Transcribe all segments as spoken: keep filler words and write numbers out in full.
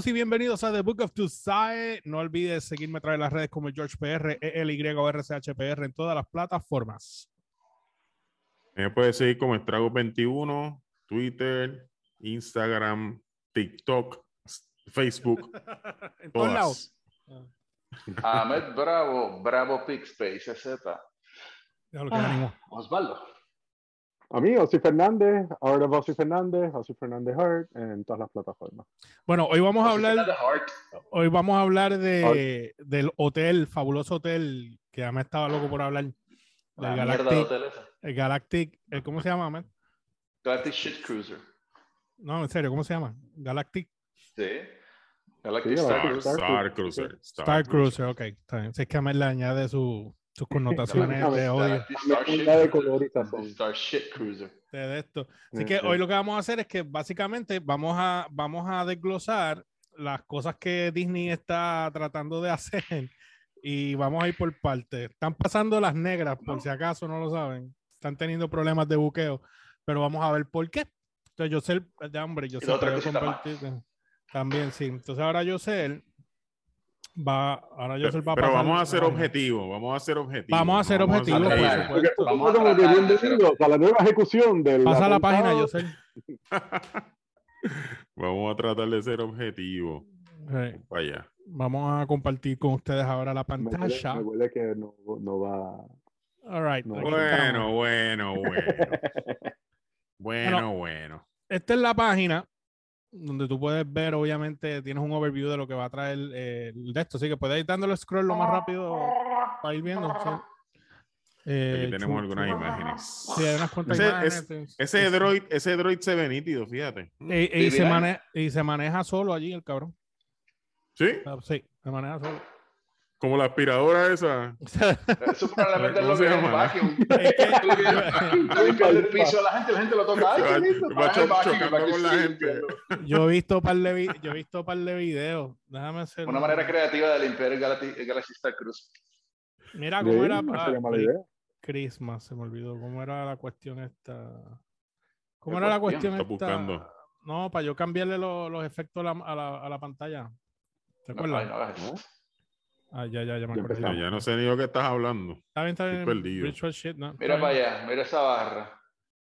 y bienvenidos a The Book of Tusae. No olvides seguirme a través de las redes como el George P R, E L Y o R C H P R en todas las plataformas. Me puedes seguir como Estrago veintiuno, Twitter, Instagram, TikTok, Facebook. En todos lados. Ahmed Bravo, Bravo Pixpace, Z. Ya lo que ánimo. Osvaldo. A mí, Ossi Fernández, ahora Ossi Fernández, Ossi Fernández Heart, en todas las plataformas. Bueno, hoy vamos a hablar, hoy vamos a hablar de, del hotel, fabuloso hotel, que ya me estaba loco por hablar. La del mierda Galactic, de hotel esa. el Galactic, el, ¿cómo se llama, Ahmed? Galactic Shit Cruiser. No, en serio, ¿cómo se llama? Galactic. Sí. Galactic Sí, Star Galactic Cruiser. Star Cruiser. Star, Star Cruiser, Cruiser. ok. Está bien. Si es que Ahmed le añade su, sus connotaciones de odio. Galactic Starship Una de color y sazón. Star Shit Cruiser. de esto. Así Sí, que sí. hoy lo que vamos a hacer es que básicamente vamos a, vamos a desglosar las cosas que Disney está tratando de hacer y vamos a ir por partes. Están pasando las negras, por si acaso no lo saben. Están teniendo problemas de buqueo, pero vamos a ver por qué. Entonces, yo sé, de hombre, yo Y sé la otra que cosita compartir también, sí. Entonces, ahora yo sé va, ahora yo sé va a Pero pasar vamos a ser la- objetivos, vamos a ser objetivos. Vamos a ser no vamos objetivos, ser por reales. supuesto. Porque Vamos a como que tratar de bienvenidos hacer- a la nueva ejecución del Pasa la atentado. página, yo sé. Vamos a tratar de ser objetivos. Eh, Para allá. vamos a compartir con ustedes ahora la Me huele, pantalla. me huele que no, no va. All right. No. aquí Bueno, estamos. bueno, bueno. Bueno, bueno. Esta es la página donde tú puedes ver, obviamente, tienes un overview de lo que va a traer eh, de esto. Así que puedes ir dándole scroll lo más rápido para ir viendo. Sí. Eh, Aquí tenemos chu- algunas chu- imágenes. Sí, hay unas cuantas Ese, imágenes. es- ese droid, ese droid se ve nítido, fíjate. Y, y ¿Sí, se mira? mane- y se maneja solo allí el cabrón. ¿Sí? Ah, sí, se maneja solo. Como la aspiradora esa. Eso probablemente es ¿Cómo lo se que es el llama? vacuum. Es que- Está limpiando el piso a la gente, la gente lo toca. Ay, Va- qué lindo. va Para el cho- vacuum, el chocando vacuum con la sigue gente. limpiando. Yo he visto par de vi- yo he visto par de videos. Déjame hacer Una un- manera creativa de limpiar el Galaxy, el Galaxy Star Cruiser. Mira Sí, cómo era no ah, sería mala Cri- idea. Christmas, se me olvidó cómo era la cuestión esta. ¿Cómo ¿Qué era la cuestión? cuestión Está esta? buscando. No, para yo cambiarle lo- los efectos a la, a la, a la pantalla. ¿Te No, acuerdas? ay, no hagas eso. Ah, ya, ya, ya me Ya acuerdo. Ya, ya no sé ni lo que estás hablando. Está bien, está bien. Estoy perdido. Virtual shit, ¿no? Mira Está para bien. allá, mira esa barra.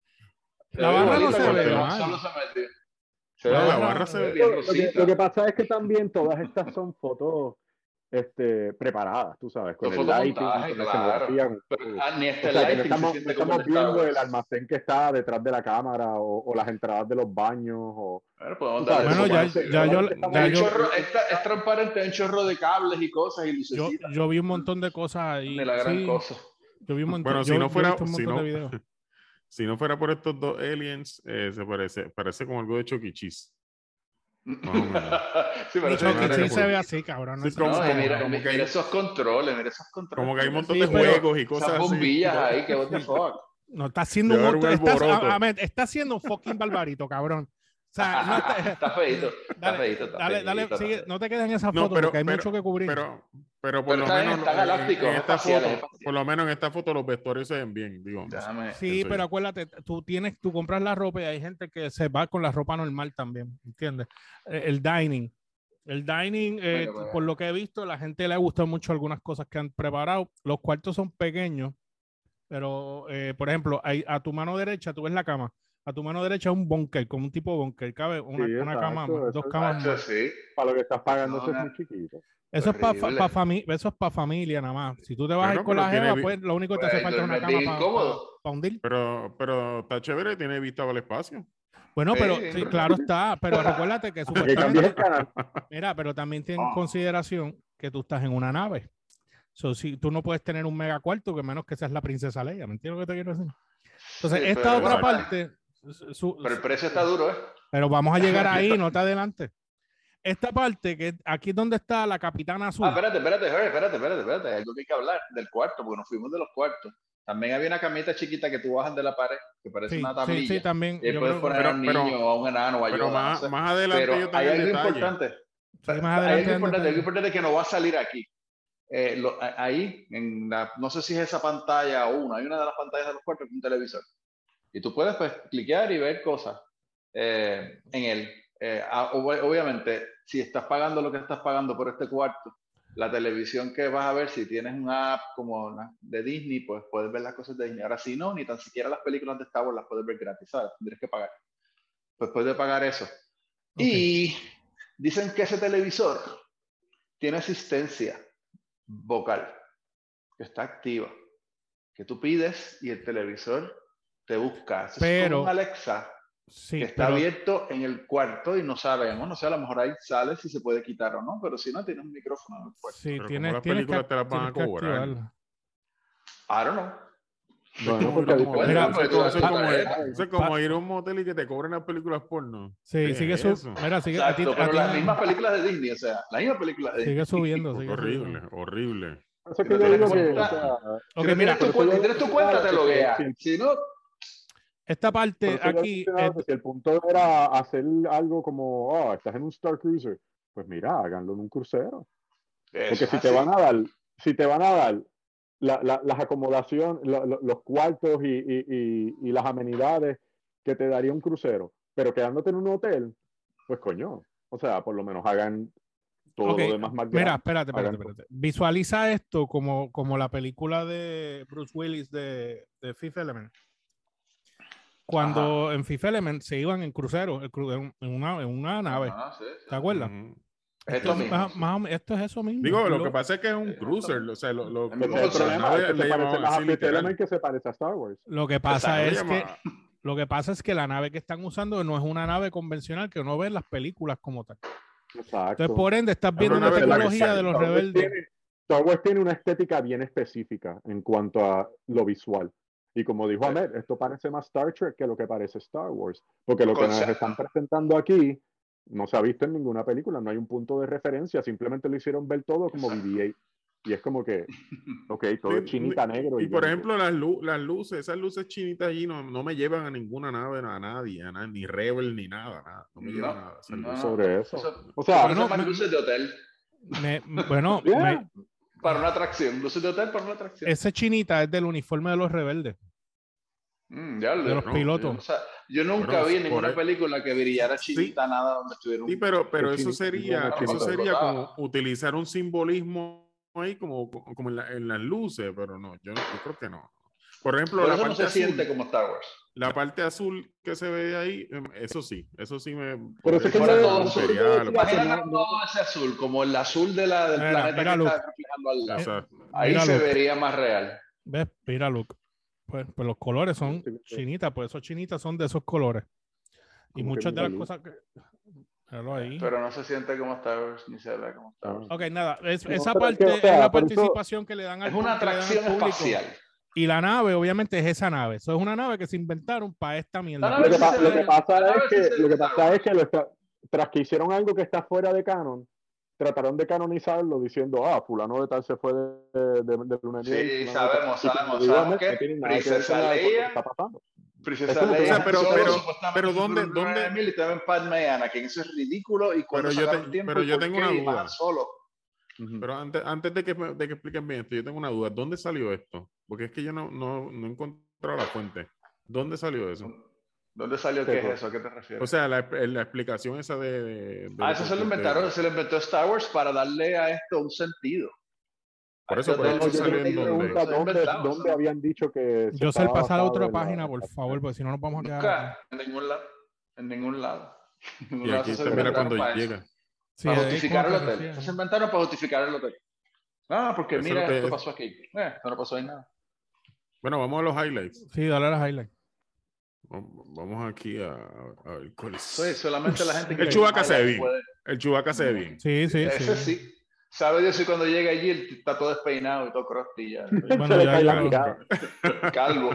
La ve barra no igualita se con ve la que mal. solo se metió. Se No, ve la barra, barra se ve bien Lo que, rosita. lo que pasa es que también todas estas son fotos este, preparadas, tú sabes, con Son el lighting, fotomontaje, con la claro. escenografía, con Pero, todo. ah, ni este O sea, que no lighting se estamos, no siente como estamos en Star viendo Wars. el almacén que está detrás de la cámara o, o las entradas de los baños. O, Bueno, podemos tú sabes, darle Bueno, eso ya, más, ya sí, yo, ¿verdad? ya El yo, chorro, es, tra- es transparente, hay un chorro de cables y cosas y yo, lucecitas. yo vi un montón de cosas ahí. Ni la gran Sí, cosa. yo vi un montón, Bueno, yo, si no yo he fuera, visto un si montón no, de videos. si no fuera por estos dos aliens, eh, se parece, parece como algo de Chuck E. Cheese. Más o menos. Sí, pero Ni eso Chucky es- sí se ve así, cabrón. No Sí, sé. como- No, y mira, como mira que hay- esos controles, mira esos controles. Como que hay un montón Sí, de pero juegos y cosas Esas así. bombillas ahí, que what the fuck. No, está haciendo un Debe haber montón. un Estás, alboroto. a- Ahmed, está haciendo un fucking barbarito, cabrón. O sea, no está- Está feito, está dale, feito, está dale, feito, dale, está sigue, feito. no te quedes en esa No, foto pero, porque hay pero, mucho que cubrir. pero, pero por Pero lo está bien, menos está en- galáctico, en es esta espacial, es foto, espacial. por lo menos en esta foto los vestuarios se ven bien, digo. no sé. Déjame. Sí, pienso pero yo. acuérdate, tú tienes, tú compras la ropa y hay gente que se va con la ropa normal también, ¿entiendes? Eh, El dining. El dining, eh, Mira, mira. por lo que he visto, la gente le ha gustado mucho algunas cosas que han preparado. Los cuartos son pequeños, pero, eh, por ejemplo, hay, a tu mano derecha, tú ves la cama. A tu mano derecha es un bunker, como un tipo bunker. Cabe una, Sí, una exacto, cama, eso dos es- camas Macho, más. sí. para lo que estás pagando, eso es No, muy chiquito. Eso es para horrible. pa fami eso es pa familia nada más. Si tú te vas a ir Bueno, con pero la tiene jeva, vi- pues lo único que te hace Pues, falta es una duerme cama bien para incómodo. hundir. Pero, pero está chévere, tiene vista al espacio. Bueno, Sí, pero sí, sí, pero- claro está, pero recuérdate que Que cambies el supuestamente, canal. mira, pero también ten en Ah. consideración que tú estás en una nave. So, si tú no puedes tener un mega cuarto, que menos que seas la princesa Leia, ¿me entiendes lo que te quiero decir? Entonces, Sí, esta pero- otra Exacto. parte, su- su- Pero el precio está duro, ¿eh? pero vamos a llegar ahí, no te adelantes. Esta parte, que aquí es donde está la capitana azul. Ah, espérate, espérate, Harry, espérate, espérate, espérate. Hay algo que hay que hablar del cuarto, porque nos fuimos de los cuartos. También había una camita chiquita que tú bajas de la pared, que parece sí, una sí, tablilla. sí, también. Y ahí yo puedes creo que- poner Pero- a un pero- niño o a un enano o a Pero Yoda, más, no sé. más adelante Pero yo tengo hay el algo detalle. importante. Sí, más hay adelante algo dan importante, detalles. algo importante que no va a salir aquí. Eh, lo- a- ahí, en la, no sé si es esa pantalla o una, hay una de las pantallas de los cuartos que es un televisor. Y tú puedes pues cliquear y ver cosas eh, en él. Eh, a- ob- obviamente, si estás pagando lo que estás pagando por este cuarto, la televisión que vas a ver, si tienes una app como una de Disney, pues puedes ver las cosas de Disney. Ahora, si no, ni tan siquiera las películas de Star Wars las puedes ver gratis, ¿sabes? Tendrías que pagar. Pues puedes pagar eso. Okay. Y dicen que ese televisor tiene asistencia vocal, que está activa, que tú pides y el televisor te busca. Eso pero, es como un Alexa, sí, que está pero, abierto en el cuarto y no sabemos, no sé, a lo mejor ahí sale si se puede quitar o no, pero si no, tiene un micrófono en el cuarto. Sí, pero tienes, como las tienes películas que, te las van a cobrar. I don't know. Bueno, porque como, Bueno, mira, pues, eso, eso, tú, es como, tú, eso es como ir a un motel y que te cobren las películas porno. Sí, sigue su, mira, sigue, exacto, a ti, pero a ti, las mismas películas de Disney, o sea, las mismas películas de sigue Disney. Subiendo, sigue horrible, subiendo. horrible. Eso que yo digo que, o sea, okay, si mira, tu cuenta, si tienes tu cuenta, te loguea. Si no, esta parte aquí es... si el punto era hacer algo como, oh, estás en un Star Cruiser, pues mira, háganlo en un crucero. Porque si te van a dar, si te van a dar la, la, las acomodaciones, la, la, los cuartos y, y, y, y las amenidades que te daría un crucero, pero quedándote en un hotel, pues coño, o sea, por lo menos hagan todo okay. lo demás más grande. Mira, espérate, espérate, espérate. Visualiza esto como, como la película de Bruce Willis de, de Fifth Element. Cuando Ajá. en Fifth Element se iban en crucero, en una, en una nave. Ajá, sí, sí. ¿Te acuerdas? Uh-huh. Esto, es mismo, más, más, esto es eso mismo. Digo, lo lo, que pasa es que es un cruiser. O sea, lo, lo, el lo, lo problema es que se parece más a Fifth Element que se parece a Star Wars. Lo que pasa es que lo que pasa es que la nave que están usando no es una nave convencional que uno ve en las películas como tal. Exacto. Entonces, por ende, estás viendo una tecnología de los Star rebeldes. Tiene, Star Wars tiene una estética bien específica en cuanto a lo visual. Y como dijo Ahmed, esto parece más Star Trek que lo que parece Star Wars. Porque lo que nos están presentando aquí no se ha visto en ninguna película, no hay un punto de referencia, simplemente lo hicieron ver todo como B B ocho. Y es como que, ok, todo es chinita negro. Y, y por ejemplo, las, lu las luces, esas luces chinitas allí no, no me llevan a ninguna nave, a nadie, a nadie, ni Rebel, ni nada, nada. No me no, llevan nada. No, no, sobre eso. eso. O sea, bueno, más luces de hotel. Me, bueno, yeah. me, para una atracción, luces de hotel para una atracción. Ese chinita es del uniforme de los rebeldes. Mm, ya lo, de los no, pilotos. Yo, o sea, yo nunca bueno, vi en ninguna película que brillara chinita sí. nada donde estuviera un... Sí, pero, pero eso sería, eso sería como utilizar un simbolismo ahí como, como en, la, en las luces, pero no, yo, yo creo que no. Por ejemplo, pero la eso parte no se azul, siente como Star Wars. La parte azul que se ve ahí, eso sí, eso sí me... Pero eso es todo azul. Imagínate todo ese azul, como el azul de la, del mira, planeta mira, que Luke. Está reflejando al lado. Exacto. Ahí mira, se Luke. Vería más real. ¿Ves? Mira, Luke. Pues, pues los colores son chinitas, pues esos chinitas son de esos colores. Y muchas de las cosas que... Ahí. Pero no se siente como Star Wars, ni se ve como Star Wars. Ok, nada, es, esa parte que, o sea, es la participación eso, que le dan al público. Es una atracción espacial. Y la nave, obviamente, es esa nave. Eso es una nave que se inventaron para esta mierda. Lo que, pa lo que pasa es que, lo que, pasa es que lo tras que hicieron algo que está fuera de canon, trataron de canonizarlo diciendo, ah, fulano de tal se fue de, de, de Luna Sí, miel, sabemos, sabemos, sabemos que Princesa Leia... Princesa Leia, o sea, pero, pero, pero ¿dónde, dónde? Y también Padme y Anakin, eso es ridículo y cuando pero yo, te, tiempo, pero yo tengo una duda. Solo. Uh-huh. Pero antes, antes de, que, de que expliquen bien esto, yo tengo una duda. ¿Dónde salió esto? Porque es que yo no, no, no he encontrado la fuente. ¿Dónde salió eso? ¿Dónde salió qué es eso? ¿A qué te refieres? O sea, la, la explicación esa de... de, de ah, eso se lo inventaron, de... se lo inventó Star Wars para darle a esto un sentido. Por eso, por eso salió en donde... ¿Dónde, ¿Dónde habían dicho que... Yo sé pasar a otra página, por favor, porque si no nos vamos a quedar... Nunca, en ningún lado. En ningún lado. En ningún y aquí lado se mira cuando llega. Eso. Sí, para justificar el hotel. Eso se inventaron para justificar el hotel. Ah, porque eso mira, esto es... pasó aquí. Eh, no pasó ahí nada. Bueno, vamos a los highlights. Sí, dale a los highlights. Vamos aquí a, a ver cuál es. Sí, solamente la gente que... El Chewbacca se ve bien. Puede... El Chewbacca se ve bien. Sí, sí, Ese sí. sí. Sabe Dios si cuando llega allí él está todo despeinado y todo crusty ya. Bueno, ya, ya, calvo.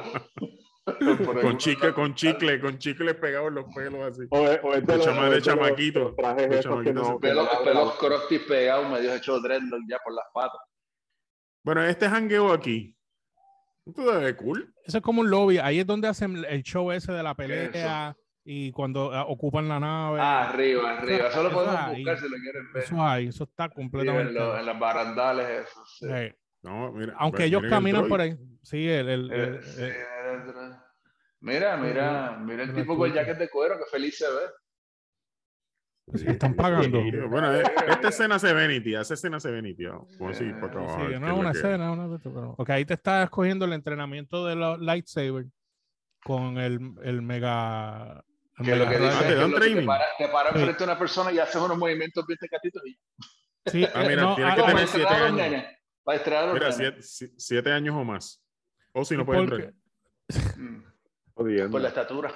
con chicle, con chicle, con chicle pegado en los pelos así. O, o es de, de, los, chama, de chamaquito. De chamaquito no, pelos pelos crusty pegados, medio hechos dreadlock ya por las patas. Bueno, este jangueo aquí. Esto debe cool. Eso es como un lobby. Ahí es donde hacen el show ese de la pelea. Y cuando uh, ocupan la nave. Ah, arriba, arriba. Eso lo podemos eso buscar si lo quieren ver. Eso hay, eso está completamente. Sí, en, lo, en las barandales, eso. Sí. Sí. No, mira, aunque mira, ellos mira caminan por ahí. Sí, el. el, el, el, sí, el mira, mira, mira el tipo con el jacket de cuero, que feliz se ve. Pues si están pagando. Sí, bueno, esta escena se ve nítida, esa escena se ve nítida. Como así, para Sí, acabar, no es una escena, una pero, ok, ahí te está escogiendo el entrenamiento de los lightsaber con el, el mega. El Que mega lo que dice Ah, es te que, dan lo que te training. para, te para Sí. enfrente a una persona y haces unos movimientos bien tecatitos y Sí, Ah, eh, mira, no, tiene ah, que no, para tener siete entrenar a los años. nenes. Para entrenar a los Mira, nenes. siete, si- siete años o más. O si sí, no puedes porque, entrar. Mm, Jodiendo. Por la estatura.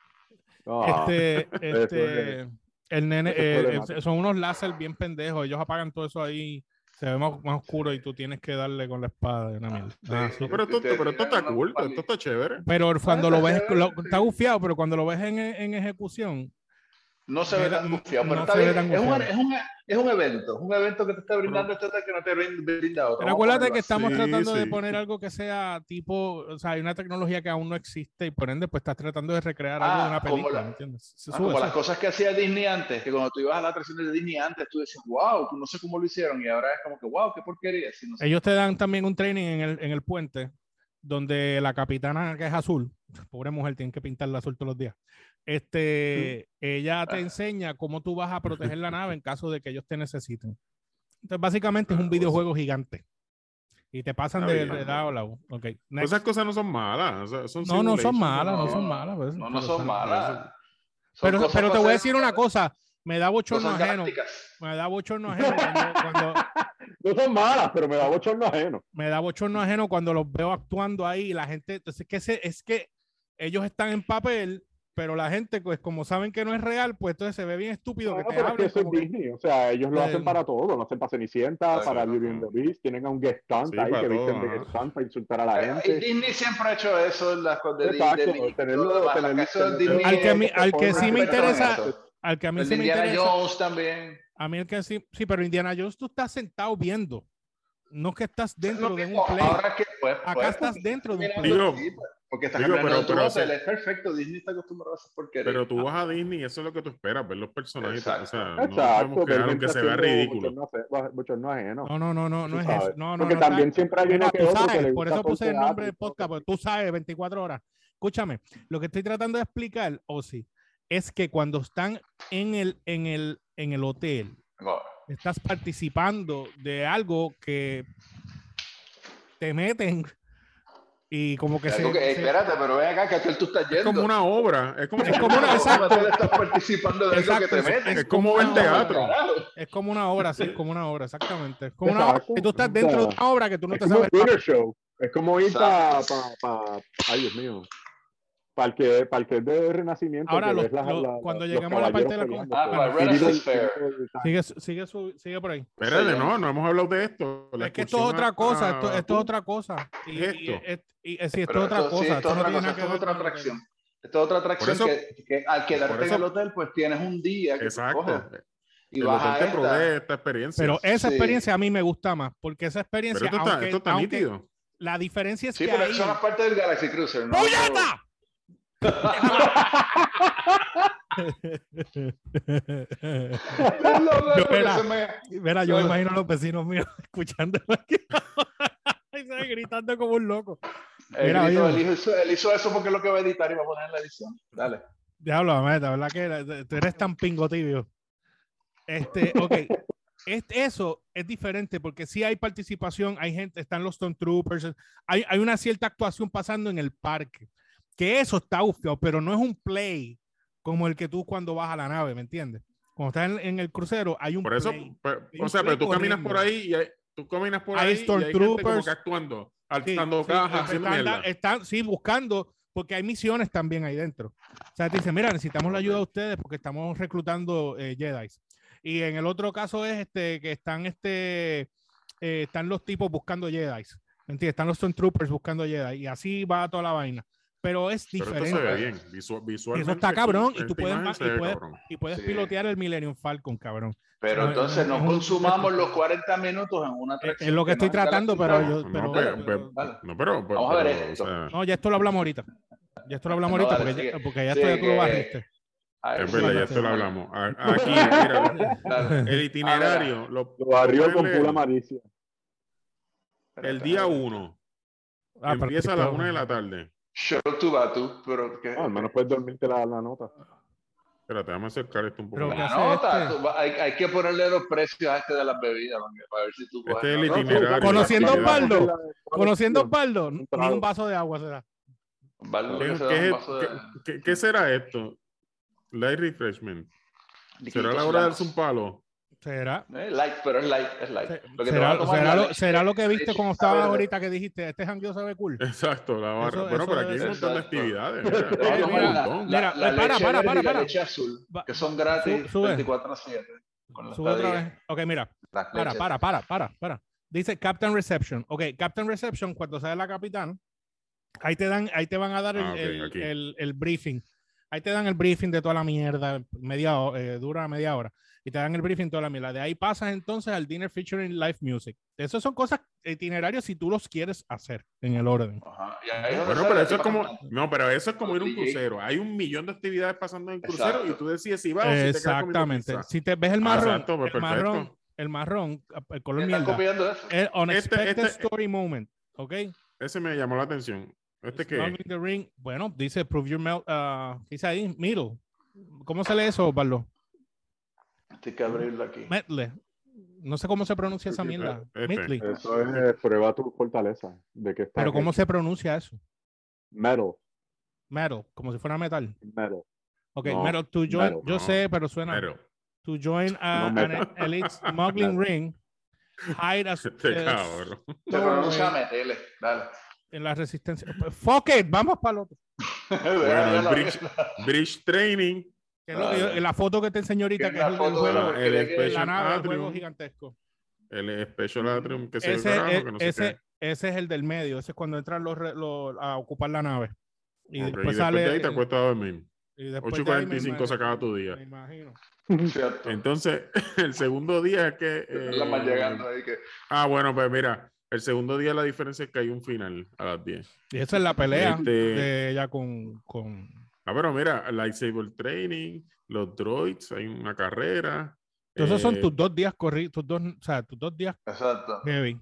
Ah, este, eso este, es- el nene, eso es eh, problemático. eh, son unos láser bien pendejos, ellos apagan todo eso ahí, se ve más, más oscuro y tú tienes que darle con la espada de una mierda. Ah, Sí. sí. No, pero esto, Te pero esto tiran está unos cool, esto palitos. está chévere. Pero cuando está lo ves, chévere, lo- sí. está gufiado, pero cuando lo ves en, en ejecución, No se ve Mira, tan gufiado, pero no está se ve bien. tan Es un, gufiado. es, un, es un evento. Es un evento que te está brindando Pero- este que no te brinda otro. Pero Vamos a acuérdate ponerlo que así. estamos Sí, tratando de sí. poner algo que sea tipo, o sea, hay una tecnología que aún no existe y por ende pues estás tratando de recrear algo de Ah, una como, película, la- ¿me entiendes? Se ah, sube, como las sube. cosas que hacía Disney antes, que cuando tú ibas a las atracciones de Disney antes, tú decías, wow, no sé cómo lo hicieron, y ahora es como que, wow, qué porquería. Sí, no sé. Ellos te dan también un training en el, en el puente donde la capitana que es azul, pobre mujer, tienen que pintarla azul todos los días. Este, ella te enseña cómo tú vas a proteger la nave en caso de que ellos te necesiten. Entonces, básicamente es un Ah, pues- videojuego gigante. Y te pasan Está de, bien. de lado a lado. Ok, Pues next. esas cosas no son malas. O sea, son No, no son simulations, malas, no No, son malas. pues, No, no pero son son- malas. Son Pero, cosas pero te para voy a hacer decir una cosa, me da bochorno cosas ajeno. galácticas. Me da bochorno ajeno cuando, cuando No son malas, pero me da bochorno ajeno. me da bochorno ajeno cuando los veo actuando ahí y la gente, entonces es que se, es que ellos están en papel, pero la gente, pues como saben que no es real, pues entonces se ve bien estúpido Bueno, que te pero es que hablen eso es como que, Disney. O sea, ellos lo Eh, hacen para todo. Lo hacen para Cenicienta, Exacto. para Beauty and the Beast. Tienen a un guest stunt Sí, ahí para que todo, visten de ajá. guest stunt para insultar a la Y gente. Disney siempre ha hecho eso en las cosas de, de, Exacto, Mickey, tenerlo, todo lo demás. tenerlo, La casa de tenerlo- Disney al que a mí, es- al que sí me experto en interesa, eso. al que a mí El sí de me Indiana interesa, Jones también. a mí el que sí, sí, pero Indiana Jones tú estás sentado viendo, no que estás dentro No, de un mismo, play. ahora que pues, Acá pues, estás porque dentro de un estás play. mirando- Digo, sí, pues, porque estás digo, caminando pero- en tu pero hotel, se- es perfecto. Disney está acostumbrado a esas porquerías. Pero tú vas a Disney, eso es lo que tú esperas, ver los personajes. Exacto. O sea, no Exacto, podemos ver quedar gente aunque se vea haciendo ridículo. bochorno aje- bochorno ajeno. No, no, no, no, no Tú es sabes. eso. No, no, Porque no, también está- siempre hay Mira, uno que tú otro que sabes, le por gusta eso hacer puse el nombre teatro del y todo. podcast, porque tú sabes, veinticuatro horas. Escúchame, lo que estoy tratando de explicar, Ozzy, es que cuando están en el, en el, en el hotel, No. estás participando de algo que te meten y como que Algo se, que- se- espérate, pero ven acá, que hotel tú estás Es yendo. como una obra. Es como, Es si como fuera una- obra. exacto. Tú estás participando de algo que Exacto, te es- meten. Es como ver una obra. teatro. Carajo. es como una obra, sí, es como una obra, exactamente. Es como una obra Exacto. que tú estás O dentro sea, de una obra que tú no es te como un sabes. theater show. Es como ir para, Exacto. pa, pa, ay Dios mío, para el que, para el que es de Renacimiento, Ahora, que los- ves las, los- la- cuando los llegamos a la parte caballeros de la peleando, Ah, pues, para bueno, Renaissance medieval- Fair. medieval time. Sigue, sigue, su- sigue por ahí. Espérate, Sí, no, ya. no hemos hablado de esto. La Es que esto es excursión otra a- cosa, a esto, esto es Bakú. otra cosa. Y, ¿Qué es y- esto? es- y- y- sí, esto Pero es otra esto, cosa. sí, esto esto es no otra tiene cosa, nada esto que es ver otra con el hotel. atracción. Esto es otra atracción eso- que, que al quedarte por eso- en el hotel, pues tienes un día que tú Exacto. coges y El vas hotel a te esta. provee esta experiencia. Pero esa Sí. experiencia a mí me gusta más, porque esa Pero experiencia, esto está, aunque, esto está aunque nítido. la diferencia es Sí, que pero ahí... eso no es parte del Galaxy Cruiser, ¿no? ¡Puñeta! Es lo loco que Mira, se me- Mira, yo me imagino a los vecinos míos escuchando aquí y se gritando como un loco. El Mira, grito, oye. él, hizo, él hizo eso porque es lo que va a editar y va a poner en la edición. Dale. Diablo, meta, ¿verdad que tú eres tan pingo tibio? Este, ok. Este, eso es diferente porque sí hay participación, hay gente, están los Stormtroopers, hay, hay una cierta actuación pasando en el parque. Que eso está ufio, pero no es un play como el que tú cuando vas a la nave, ¿me entiendes? Cuando estás en, en el crucero, hay un Por eso, play. pero- Hay o un sea, play pero tú caminas corriendo. por ahí y hay, tú caminas por Hay ahí y hay gente como Stormtroopers. que actuando, Sí, alzando sí, cajas, haciendo están, mierda. están, sí, buscando, porque hay misiones también ahí dentro. O sea, te dicen, mira, necesitamos la ayuda de ustedes porque estamos reclutando eh, Jedi. Y en el otro caso es este que están, este, eh, están los tipos buscando Jedi. ¿Me entiendes? Están los Stormtroopers buscando Jedi. Y así va toda la vaina. Pero es Pero diferente. esto se ve bien, visu- Y visualmente. eso está cabrón. Y esta tú puedes, imagen ma- se y ve puedes, cabrón. y puedes Sí. pilotear el Millennium Falcon, cabrón. Pero No, entonces es no un- consumamos los cuarenta minutos en una Es, atracción. es lo que estoy no es tratando, Galaxy pero Cruiser. yo. No, Pero, pe- dale, pe- dale. no, pero, pero, Vamos a ver pero, esto. o sea, no, ya esto lo hablamos ahorita. Ya esto lo hablamos No, ahorita dale, porque, ya, sigue. porque ya esto Sigue, ya tú lo que- barriste. A ver, es verdad, ya sí, esto sí. lo hablamos. A- Aquí, mira, Dale. el itinerario. lo, Lo barrió pueden con leer. pura malicia. El día uno Ah, pero empieza a las esto- una de la tarde. Show to Batu, pero que. No, al menos puedes dormirte la, la nota. Espérate, déjame acercar esto un poco. Pero más. ¿qué hace Nota, este? tú va- hay, hay que ponerle los precios a este de las bebidas, porque, para ver si tú Este coges es el nota. itinerario. Conociendo la a actividad. Osvaldo, conociendo a Osvaldo, ni un vaso de agua será. Vale, lo ¿Qué, que se qué da un es- vaso de- qué- qué- qué será esto? Light refreshment. ¿Será liquiditos la hora de darse blancos. un palo? ¿Será? Eh, light, pero es light, es light. Se- Lo que te ¿Será, vas a tomar será es la lo, leche- será lo que viste leche cuando sabe estabas de- ahorita que dijiste, este jangueo sabe cool? Exacto, la barra. Eso- bueno, eso pero aquí hay es- un montón de Exacto. actividades. Te vas a Mira, hay un tomar la, montón. Mira, la, la eh, para, leche para, verde para, y la para. leche azul, Va- que son va- gratis su- sube. veinticuatro a siete. Con la Sube otra estadía. vez. Ok, mira. Las Para, leches. para, para, para, para. Dice Captain Reception. Ok, Captain Reception, cuando sale la capitán, ahí te dan, ahí te van a dar el, Ah, ok, el, aquí. el- el briefing. Ahí te dan el briefing de toda la mierda, media ho- eh, dura media hora. Y te dan el briefing toda la mierda. De ahí pasas entonces al dinner featuring live music. Esas son cosas itinerarios si tú los quieres hacer en el orden. Ajá. Y ahí es donde Bueno, sale pero la eso es tipa como, cantando. no, pero eso es como ir a un D J. crucero. Hay un millón de actividades pasando en el crucero Exacto. y tú decides si vas o si te quedas comiendo Exactamente. pizza. Si te ves el Ah, marrón, exacto, pues el perfecto. marrón, el marrón, el color Están mierda, copiando eso. el unexpected este- story moment, ¿ok? Ese me llamó la atención. ¿Este qué? Smuggling the ring, bueno, dice prove your mel, uh, dice ahí, middle. ¿Cómo se lee eso, Osvaldo? Tienes que abrirlo aquí. Medley. No sé cómo se pronuncia esa mierda. Este. Medley. Eso es prueba tu fortaleza. De que está Pero ¿cómo se pronuncia eso? Metal. Metal, como si fuera metal. Metal. Ok, No, metal to join, metal, yo no. sé, pero suena. Pero, To join a, No, an metal. elite smuggling ring, hide as, este eh, cabrón. Se pronuncia metele. Dale. en la resistencia. Fuck it, vamos para el otro. Bueno, el bridge, bridge training, Que es lo que yo- la foto que te enseño ahorita, Que que es es la el, del foto de juego, la- el que- que- Special la nave, el juego Atrium, gigantesco. el Special Atrium, que se Ese, carajo, es, que no sé ese, qué. ese es el del medio, ese es cuando entran los, re- los- a ocupar la nave. Y Ok, después y después sale. de ahí te el- acuestas a dormir. y después ocho de ahí cuarenta y me cinco imagino- se acaba tu día. Me imagino. Cierto. Entonces, el segundo día es que... Es la más eh, llegando ahí que. ah, bueno, pues mira, el segundo día la diferencia es que hay un final a las diez. Y esa es la pelea Este- de ella con. con... Ah, pero mira, lightsaber training, los droids, hay una carrera. Entonces eh, son tus dos días corridos, tus dos, o sea, tus dos días Exacto. heavy.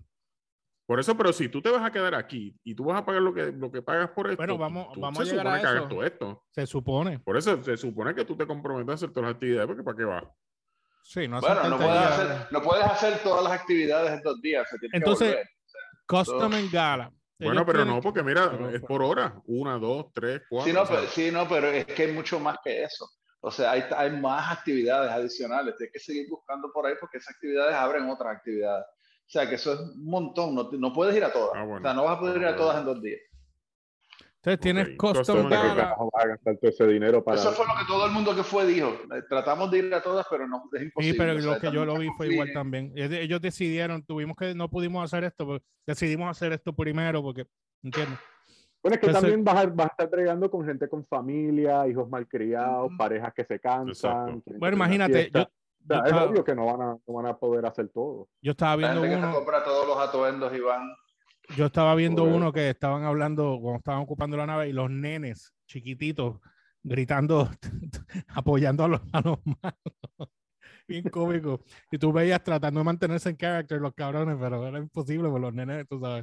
Por eso, pero si tú te vas a quedar aquí y tú vas a pagar lo que, lo que pagas por esto, Bueno, vamos- tú vamos se a llegar supone a que hagas eso. todo esto. Se supone. Por eso se supone que tú te comprometes a hacer todas las actividades, porque ¿para qué vas? Sí, no Bueno, hacen no tanta puedes, idea. hacer, no puedes hacer todas las actividades en dos días. Se tiene Entonces, que volver. Custom en gala. Bueno, Ellos pero tienen- no, porque mira, pero- es por hora. Una, dos, tres, cuatro. Sí no, o sea, pero, sí, no, pero es que hay mucho más que eso. O sea, hay, hay más actividades adicionales. Tienes que seguir buscando por ahí porque esas actividades abren otras actividades. O sea, que eso es un montón. No, no puedes ir a todas. Ah, bueno. O sea, no vas a poder ir a todas en dos días. Entonces tienes Ok, custom custom ¿Para qué gala. carajo vas a gastar todo ese dinero para Eso fue lo que todo el mundo que fue dijo. Eh, Tratamos de ir a todas, pero no, es imposible. Sí, pero O sea, lo que yo lo vi estamos fue igual confines. también. Ellos ellos decidieron, tuvimos que, no pudimos hacer esto, pero decidimos hacer esto primero porque, ¿entiendes? Bueno, es que Entonces- también vas a, vas a estar bregando con gente con familia, hijos malcriados, Ujú. parejas que se cansan. Exacto. quieren Bueno, tener una imagínate, fiesta. yo, O sea, yo es estaba, obvio que no van, a, no van a poder hacer todo. yo estaba La viendo gente que se uno, compra todos los atuendos y van. yo estaba viendo Joder. uno que estaban hablando cuando estaban ocupando la nave y los nenes chiquititos gritando, apoyando a los, a los malos. Bien cómico. Y tú veías tratando de mantenerse en character los cabrones, pero era imposible por los nenes, tú sabes.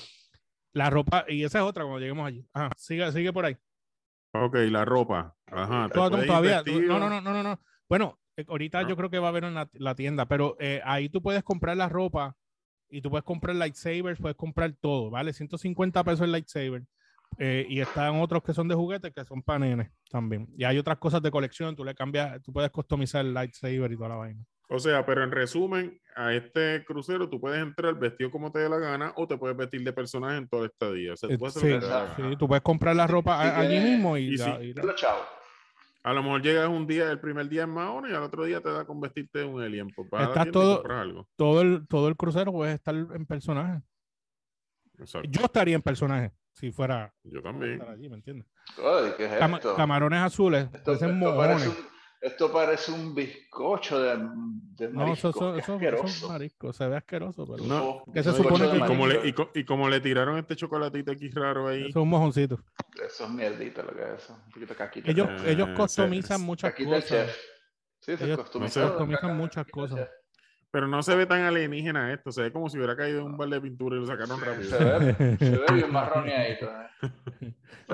La ropa, y esa es otra cuando lleguemos allí. Ah, sigue, sigue por ahí. Ok, la ropa. Ajá. te Todo- puedes ir todavía, tú- vestido. no, no, no, no, no, no. Bueno, eh, ahorita No. yo creo que va a haber en la, la tienda, pero eh, ahí tú puedes comprar la ropa y tú puedes comprar lightsabers, puedes comprar todo, ¿vale? ciento cincuenta pesos el lightsaber. Eh, y están otros que son de juguetes que son para nenes también. Y hay otras cosas de colección, tú le cambias, tú puedes customizar el lightsaber y toda la vaina. O sea, pero en resumen, a este crucero tú puedes entrar vestido como te dé la gana o te puedes vestir de personaje en todo este día. O sea, tú Eh, puedes sí, hacer lo que te dé la sí, gana. tú puedes comprar la ropa Si a- allí tienes- mismo y, y la- sí. y la- Los chavos. A lo mejor llegas un día, el primer día en Mahone y al otro día te da con vestirte de un alien. Pues vas a la Estás tienda y todo- compras algo. todo, el, todo el crucero puede estar en personaje. Exacto. Yo estaría en personaje si fuera Yo a también. estar allí, ¿me entiendes? Ay, ¿qué es Cama- esto? camarones azules, Esto, parecen esto parece mojones. un, esto parece un bizcocho de, de No, marisco. eso, eso, Qué eso, asqueroso. eso es marisco, se ve asqueroso, pero No, que se Un supone bizcocho que- de Y como, le, marisco. y, co- y como le tiraron este chocolatito aquí raro ahí. eso es un mojoncito. Eso es mierdita lo que es eso. Un poquito de caquita. Ellos, Eh, ellos se- customizan muchas Caquita del cosas. chef. Sí, se Ellos customizan. customizan muchas cosas. Pero no se ve tan alienígena esto. Se ve como si hubiera caído en un balde de pintura y lo sacaron rápido. Se ve, se ve bien marroneadito. ¿eh? Se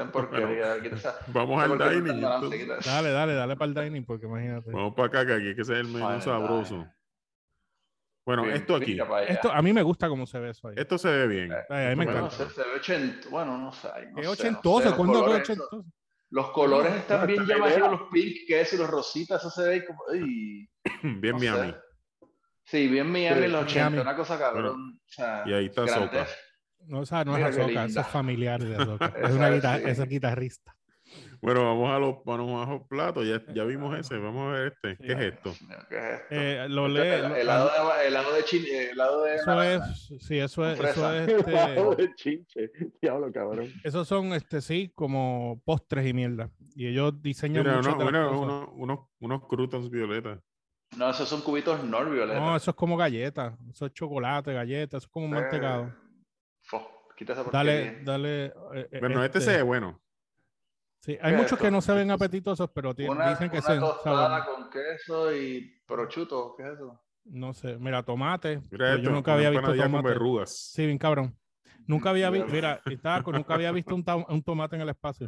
Está en porquería. Bueno, vamos al dining. Dale, dale, dale para el dining porque imagínate. Vamos para acá, que aquí que ese es el menú Fine sabroso. Dining. Bueno, bien, esto aquí. Esto, a mí me gusta cómo se ve eso ahí. Esto se ve bien. Eh, Ay, a mí me bueno, encanta. Se, se ve ochent... Bueno, no sé. No ¿Qué sé, ochentoso? No sé, ¿Cuándo fue ochentoso? Los colores no, están no, bien llamativos, los pink, que es, y los rositas, eso se ve como... Uy, bien no Miami. Sé. Sí, bien Miami, sí, los ochenta, Miami. Una cosa cabrón. Bueno, o sea, y ahí está Soca. No, o sea, no es Azoka, eso es familiar de Azoka. Es una guitarra, sí. Esa es guitarrista. Bueno, vamos a los, vamos a los platos. Ya, ya vimos ese. Vamos a ver este. Sí, ¿Qué es esto? ¿Qué es esto? Eh, lo Esto lee, es el, lo, helado, de, helado de chinche. Helado de eso naranja. es, sí, eso es, fresa. eso es este, helado de chinche. Diablo, cabrón. Esos son, este, sí, como postres y mierda. Y ellos diseñan Mira, muchas uno, de las uno, cosas. uno, unos, unos croutons violetas. No, esos son cubitos Nor violetas. No, eso es como galletas. Eso es chocolate, galletas. Eso es como un eh, mantecado. Fo, quita esa Dale, porquería. dale. Eh, bueno, este, este se ve bueno. Sí, hay muchos que no se ven apetitosos, pero una, dicen que una se tostada con queso y prosciutto, ¿qué es eso? No sé, mira, tomate. Mira esto, yo nunca había visto tomate. Con verrugas. Sí, bien cabrón. Nunca había visto, mira, taco, nunca había visto un, un tomate en el espacio.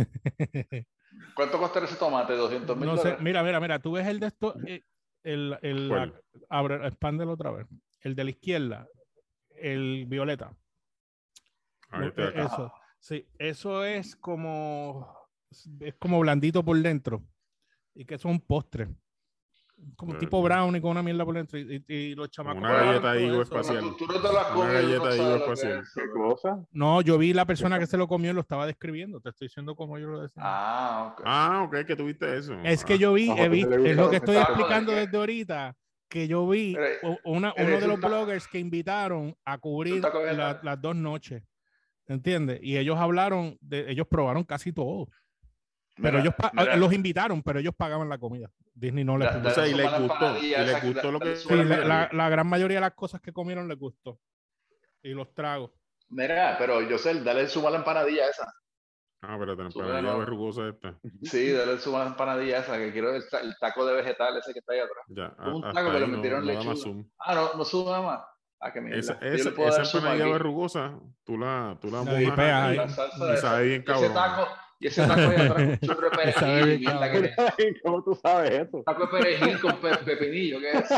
¿Cuánto costará ese tomate? ¿doscientos mil no dólares? sé, mira, mira, mira, tú ves el de esto, el, el, el la, abre, expándelo otra vez. El de la izquierda, el violeta. Ahí está, acá. Eso, sí, eso es como, es como blandito por dentro y que eso es un postre. Como tipo brownie con una mierda por dentro y, y, y los chamacos. Una galleta ahí espacial. Tú, tú no te la comes, una galleta no ahí espacial. ¿Qué cosa? No, yo vi la persona que se lo comió y lo estaba describiendo. Te estoy diciendo como yo lo decía. Ah, ok. Ah, ok, que tuviste eso. Es ah. que yo vi, he visto, es lo que estoy explicando desde ahorita, que yo vi pero, una, uno de los bloggers que invitaron a cubrir la, las dos noches. ¿Entiendes? Y ellos hablaron, de, ellos probaron casi todo. Pero mira, ellos mira. los invitaron, pero ellos pagaban la comida. Disney no les o sea, y les gustó, y les gustó lo que... Sí, la, la, la gran mayoría de las cosas que comieron les gustó. Y los tragos. Mira, pero yo sé, dale el suma a la empanadilla esa. Ah, pero la empanadilla verrugosa esta. Sí, dale el suma a la empanadilla esa, que quiero el, el taco de vegetal ese que está ahí atrás. Ya, un taco que le metieron no, lechuga. No ah, no, no suma nada más. Ah, qué mierda. Esa, esa, esa empanadilla verrugosa, tú la, tú la mojas ahí, la salsa y sabe bien cabrón. Y ese taco, y ese taco ahí atrás con chorro de perejil. Mierda, que ¿Cómo tú sabes eso? Taco de perejil con pe pepinillo, ¿qué es?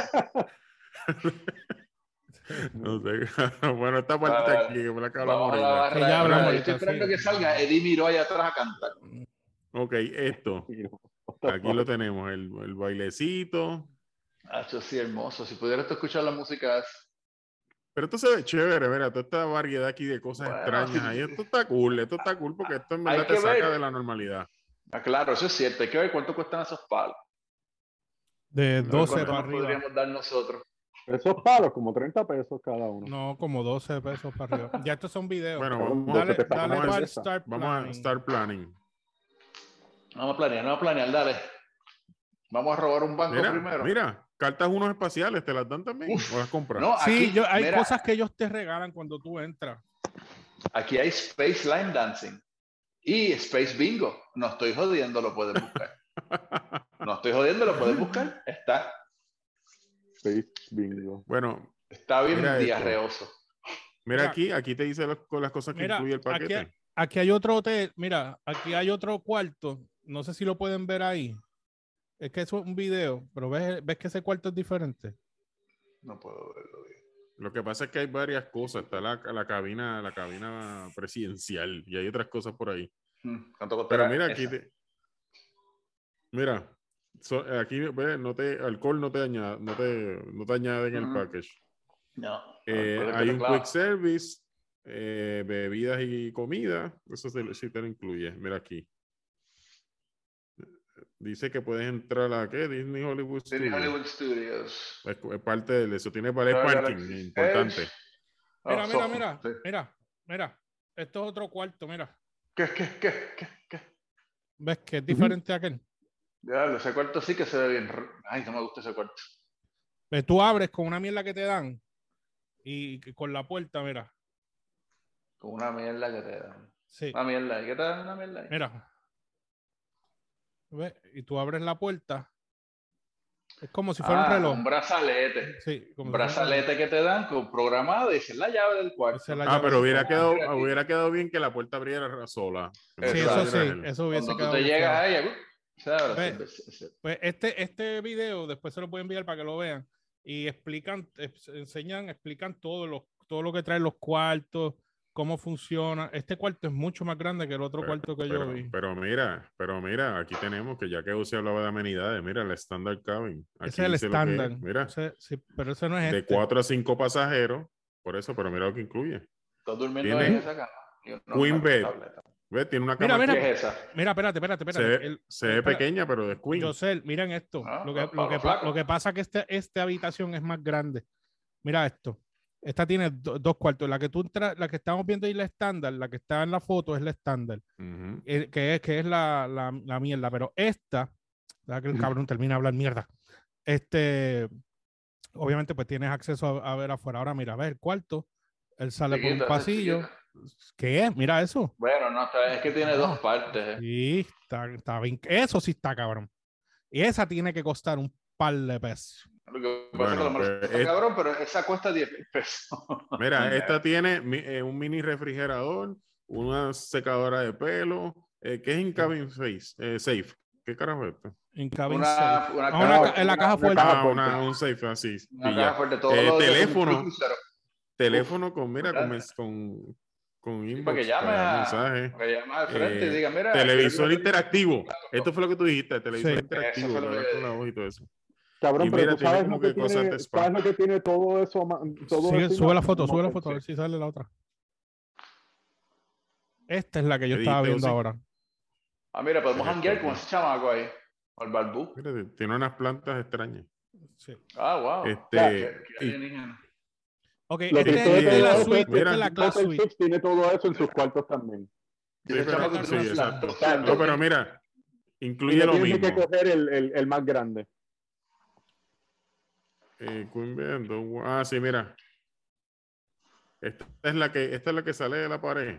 No sé. Bueno, esta parte está aquí, que me la acabo de morir. Que ya hablamos. Yo estoy esperando sí. que salga Eddie Miró allá atrás a cantar. Ok, esto. Aquí lo tenemos, el, el bailecito. Ah, eso sí, hermoso. Si pudieras escuchar la música. Pero esto se ve chévere, mira, toda esta variedad aquí de cosas bueno, extrañas sí. ahí. Esto está cool, esto está cool porque esto en verdad te saca ver. de la normalidad. Ah, claro, eso es cierto. Hay que ver cuánto cuestan esos palos. De doce para arriba. Podríamos dar nosotros. Esos palos, como treinta pesos cada uno. No, como doce pesos para arriba. Ya estos son videos. Bueno, vamos, dale, vamos, dale vamos, para a, start vamos a start planning. Vamos a planear, vamos a planear, dale. Vamos a robar un banco mira, primero. Mira, cartas unos espaciales, ¿te las dan también? Uf, ¿o las compras? No, aquí, sí, yo, hay mira, cosas que ellos te regalan cuando tú entras. Aquí hay Space Line Dancing y Space Bingo. No estoy jodiendo, lo puedes buscar. No estoy jodiendo, lo puedes buscar. Está. Space Bingo. Bueno. Está bien diarreoso. Mira, mira aquí, aquí te dice los, las cosas que mira, incluye el paquete. Aquí, aquí hay otro hotel, mira, aquí hay otro cuarto. No sé si lo pueden ver ahí. Es que es un video, pero ves, ves que ese cuarto es diferente. No puedo verlo bien. Lo que pasa es que hay varias cosas. Está la, la cabina, la cabina presidencial y hay otras cosas por ahí. ¿Cuánto pero mira aquí, te, mira, so, aquí ves, no te, alcohol no te añade, no te, no te añade en uh-huh. el package. No. Eh, hay un claro. quick service, eh, bebidas y comida. Eso sí te lo incluye. Mira aquí. Dice que puedes entrar a ¿qué? Disney Hollywood Disney Studios. Hollywood Studios. Es, es parte de eso. Tiene ballet parking, es importante. Oh, mira, mira, mira, sí. mira, mira. Esto es otro cuarto, mira. ¿Qué, qué, qué, qué, qué? ¿Ves que es diferente uh-huh. a aquel? Ya, ese cuarto sí que se ve bien. Ay, no me gusta ese cuarto. Pues tú abres con una mierda que te dan y con la puerta, mira. Con una mierda que te dan. Sí. Una mierda. ¿Y qué te dan una mierda ahí? Mira. ¿Ves? Y tú abres la puerta Es como si fuera ah, un reloj. Un brazalete. Sí, como un brazalete que te dan con programado y esa es la llave del cuarto. Ah, pero hubiera quedado, hubiera quedado bien que la puerta abriera sola. Sí, eso sí, eso hubiese Cuando quedado tú te llegas a ella, Ve, pues este, este video después se lo voy a enviar para que lo vean y explican, enseñan, explican todo lo, todo lo que traen los cuartos, cómo funciona. Este cuarto es mucho más grande que el otro pero, cuarto que pero, yo vi. Pero mira, pero mira, aquí tenemos que ya que usted hablaba de amenidades, mira el standard cabin. Aquí ese es el estándar. Mira, ese, sí, pero ese no es de este. cuatro a cinco pasajeros, por eso, pero mira lo que incluye. ¿Estás durmiendo ahí en esa cama? No, Queen bed. ¿Ves? Tiene una cama. Mira, mira, ¿qué es esa? Mira, espérate, espérate, espérate. Se ve, el, se ve espérate. pequeña, pero es queen. Yo sé, miren esto. Ah, lo, que, para lo, que, los lo que pasa es que este, esta habitación es más grande. Mira esto. Esta tiene do, dos cuartos. La que tú la que estamos viendo ahí la estándar, la que está en la foto es la estándar, uh-huh. eh, que es que es la, la, la mierda. Pero esta, deja que el cabrón termine de hablar mierda. Este, obviamente, pues tienes acceso a, a ver afuera. Ahora mira, ves el cuarto. Él sale chiquita, por un pasillo. Chiquita. ¿Qué es? Mira eso. Bueno, no, es que tiene no. dos partes. Eh. Sí, está, está bien. Eso sí está cabrón. Y esa tiene que costar un par de pesos. Lo que pasa bueno, es que lo está es... cabrón, pero esa cuesta diez mil pesos. Mira, esta tiene eh, un mini refrigerador, una secadora de pelo, eh, que es in cabin face, eh, safe. ¿Qué carajo es esto? In cabin una, safe. Una, ah, una, una, en la caja fuerte. Ah, una, un safe así. Una caja fuerte. Todo eh, lo teléfono. Teléfono Uf, con, mira, con, con, con inbox, para que llames a, mensaje. para que llames al frente eh, y diga, mira. Televisor interactivo. Esto fue lo que tú dijiste, televisor sí. interactivo. Con la voz y todo eso. Cabrón, y pero mira, tú sabes, como lo que, que tiene, ¿sabes lo que tiene todo eso? Todo Sigue, eso sube la foto, sube la foto, a ver si sale la otra. Esta es la que yo estaba viendo ahora. Ah, mira, podemos hanguear con ese chamaco ahí. O el barbú. Mira, tiene unas plantas extrañas. Sí. Ah, wow. Este, ¿Qué, qué ok, este es de la suite, mira, esta es la clase suite. Tiene todo eso en sus cuartos también. Sí, pero, sí, exacto. No, pero mira, incluye lo mismo. Tienes que coger el, el, el más grande. Eh, ah, sí, mira. Esta es la que, esta es la que sale de la pared.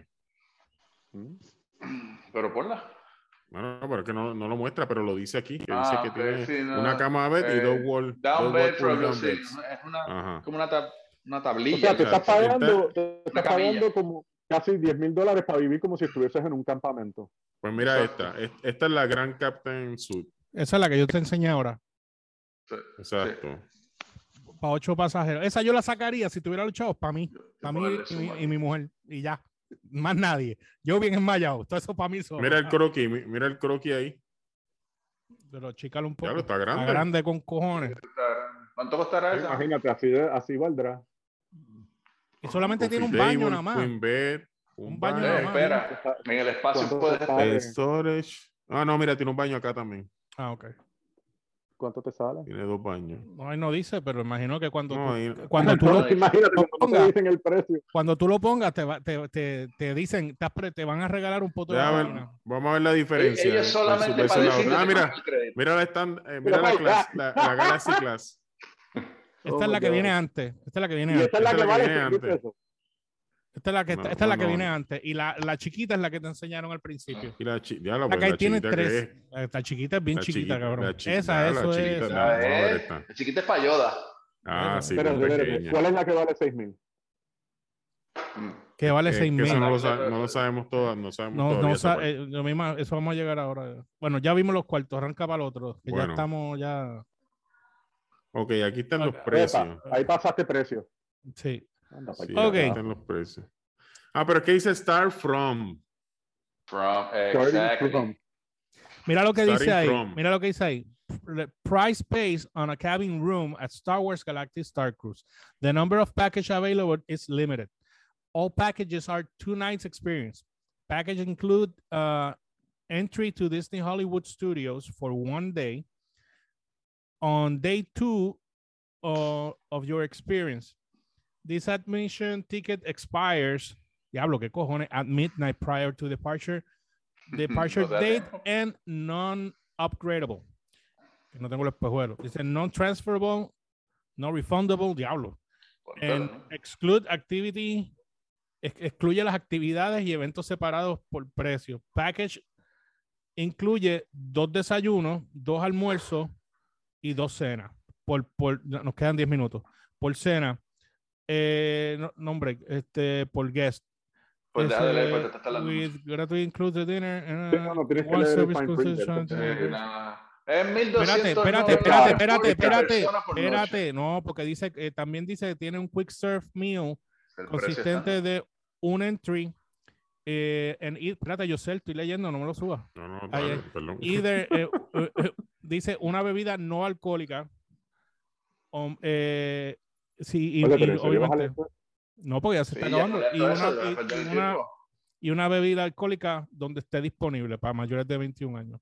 Pero ponla. Bueno, pero es que no, no lo muestra, pero lo dice aquí. Que ah, dice que okay, tiene sí, no. una cama bed eh, y dos wall. Down dos bed, wall down sí, es una, Ajá. como una, tab, una tablilla. O sea, te estás pagando, está, te estás pagando como casi diez mil dólares para vivir como si estuvieses en un campamento. Pues mira Exacto. esta. Esta es la Grand Captain Suite. Esa es la que yo te enseñé ahora. Sí, Exacto. Sí. Para ocho pasajeros. Esa yo la sacaría si tuviera los chavos para mí. Para mí y mi, y mi mujer. Y ya. Más nadie. Yo bien enmayado. Todo eso para mí solo. Mira el croquis. Mira el croquis ahí. Pero chícalo un poco. Claro, está grande. Está grande con cojones. ¿Cuánto costará eso? Imagínate, así, de, así valdrá. Y solamente tiene un baño table, nada más. Queen bed, un, un baño baño. nada eh, más. Espera, en el espacio puede storage. Ah, no, mira, tiene un baño acá también. Ah, ok. ¿Cuánto te sale? Tiene dos baños. No, ahí no dice, pero imagino que cuando no, tú, ahí... cuando tú no, lo, imagínate, lo pongas, te dicen el precio. Cuando tú lo pongas, te, va, te, te, te dicen, te, te van a regalar un poto de ver, vamos a ver la diferencia. Ellos solamente para decir ah, mira, mira la, stand, eh, mira la, class, la, la Galaxy Class. Esta oh, es la que God. viene antes. Esta es la que viene y antes. Esta es la que, que vale viene antes. Esta es la que, no, esta es la no, que no. viene antes. Y la, la chiquita es la que te enseñaron al principio. Y la, chi ya lo, la que la tiene chiquita tres. Que es... La chiquita es bien la chiquita, chiquita, cabrón. La chiquita, Esa, eso la es. Chiquita, la, la, es... la chiquita es para Yoda. Ah, sí. Espérate, espérate. ¿Cuál es la que vale seis mil? Que vale seis mil. Eso no lo, no lo sabemos todas. No sabemos no, todavía no sa eh, lo mismo, eso vamos a llegar ahora. Bueno, ya vimos los cuartos. Arranca para el otro. Que bueno. Ya estamos ya. Ok, aquí están okay. los precios. Epa, ahí pasaste precio. Sí. sí ok. Aquí están los precios. Ah, pero ¿qué dice Start From? From, exactly. From. Mira lo que Starting dice ahí. From. Mira lo que dice ahí. Price based on a cabin room at Star Wars Galactic Star Cruise. The number of packages available is limited. All packages are two nights experience. Packages include uh, entry to Disney Hollywood Studios for one day. On day two uh, of your experience, this admission ticket expires, diablo, qué cojones, at midnight prior to departure, departure date and non-upgradable. No tengo el espejuelo. Dice non-transferable, no refundable, diablo. And exclude activity, ex excluye las actividades y eventos separados por precio. Package incluye dos desayunos, dos almuerzos y dos cenas. Por, por, nos quedan diez minutos. Por cena, eh, no, nombre, este, por guest. Pues Ese, deja de leer porque te está hablando. with gratuity includes dinner. Uh, Sí, no, no tienes que one leer el service fine print, concession. Eh, nada. Es mil doscientos Espérate, espérate, noventa espérate, espérate, por espérate, persona por noche. espérate. No, porque dice, eh, también dice que tiene un quick serve meal El precio consistente está- de un entry. Eh, en, y- espérate, yo sé, estoy leyendo, no me lo subas. No, no, Ahí dale, es. perdón. Either, eh, eh, eh, dice una bebida no alcohólica. Um, eh, sí, y, Oye, y pero ¿en serio vas a obviamente. leer? No, porque ya se Sí, está ya acabando. leer Y todo una, eso, ya y- perder el y una, tiempo. y una bebida alcohólica donde esté disponible para mayores de veintiún años.